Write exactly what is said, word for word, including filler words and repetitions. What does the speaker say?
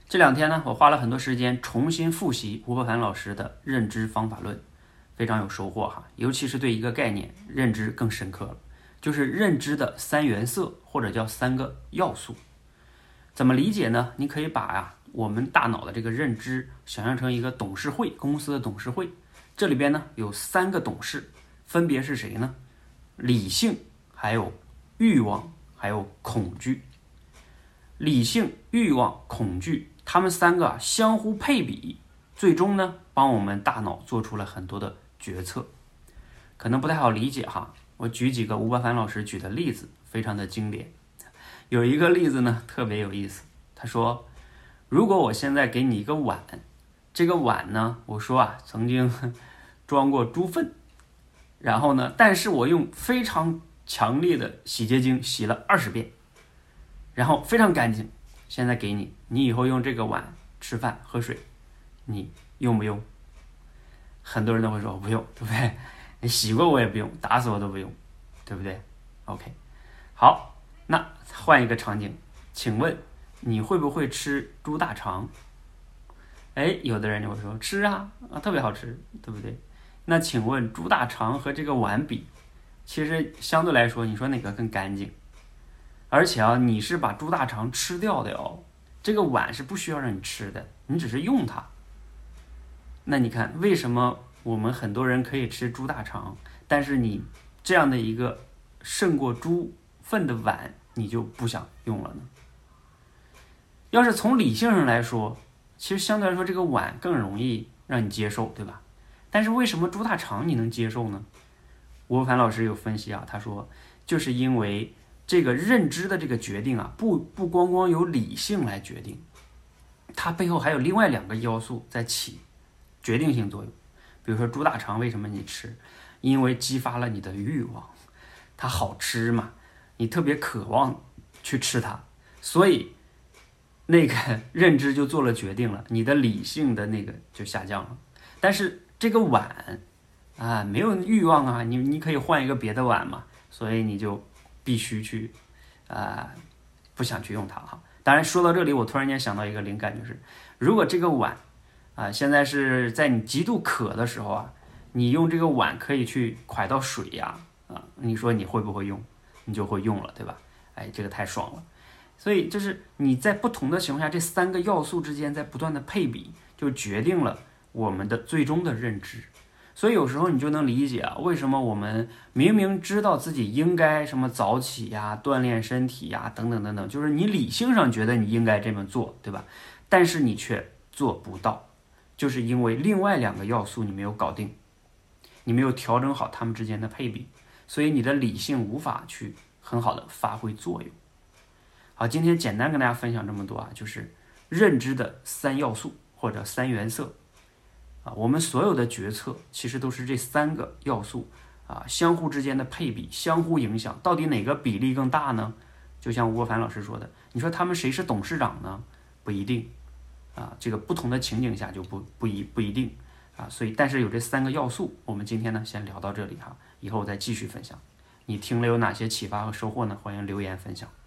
这两天呢，我花了很多时间重新复习吴伯凡老师的认知方法论，非常有收获哈。尤其是对一个概念认知更深刻了，就是认知的三原色或者叫三个要素。怎么理解呢？你可以把呀、啊、我们大脑的这个认知想象成一个董事会，公司的董事会，这里边呢有三个董事，分别是谁呢？理性，还有欲望，还有恐惧。理性、欲望、恐惧，他们三个啊相互配比，最终呢帮我们大脑做出了很多的决策。可能不太好理解哈，我举几个吴伯凡老师举的例子，非常的经典。有一个例子呢特别有意思，他说，如果我现在给你一个碗，这个碗呢，我说啊曾经装过猪粪，然后呢，但是我用非常强烈的洗洁精洗了二十遍，然后非常干净，现在给你，你以后用这个碗吃饭喝水，你用不用？很多人都会说不用，对不对？你洗过我也不用，打死我都不用，对不对 ？OK， 好，那换一个场景，请问你会不会吃猪大肠？哎，有的人就会说吃啊，啊特别好吃，对不对？那请问猪大肠和这个碗比，其实相对来说，你说哪个更干净？而且啊，你是把猪大肠吃掉的哦，这个碗是不需要让你吃的，你只是用它。那你看，为什么我们很多人可以吃猪大肠，但是你这样的一个胜过猪粪的碗，你就不想用了呢？要是从理性上来说，其实相对来说这个碗更容易让你接受，对吧？但是为什么猪大肠你能接受呢？吴伯凡老师有分析啊，他说就是因为这个认知的这个决定啊，不不光光由理性来决定，它背后还有另外两个要素在起决定性作用。比如说猪大肠为什么你吃？因为激发了你的欲望，它好吃嘛，你特别渴望去吃它，所以那个认知就做了决定了，你的理性的那个就下降了。但是这个碗啊，没有欲望啊，你你可以换一个别的碗嘛，所以你就必须去啊、呃，不想去用它哈。当然说到这里，我突然间想到一个灵感，就是如果这个碗啊、呃，现在是在你极度渴的时候啊，你用这个碗可以去蒯到水呀啊，你说你会不会用？你就会用了，对吧？哎，这个太爽了。所以就是你在不同的情况下，这三个要素之间在不断的配比，就决定了我们的最终的认知。所以有时候你就能理解啊，为什么我们明明知道自己应该什么早起呀、锻炼身体呀等等等等，就是你理性上觉得你应该这么做，对吧？但是你却做不到，就是因为另外两个要素你没有搞定，你没有调整好它们之间的配比，所以你的理性无法去很好的发挥作用。好，今天简单跟大家分享这么多啊，就是认知的三要素或者三原色啊，我们所有的决策其实都是这三个要素啊相互之间的配比，相互影响，到底哪个比例更大呢？就像吴伯凡老师说的，你说他们谁是董事长呢？不一定啊，这个不同的情景下就不不一不一定啊，所以但是有这三个要素，我们今天呢先聊到这里哈，以后再继续分享。你听了有哪些启发和收获呢？欢迎留言分享。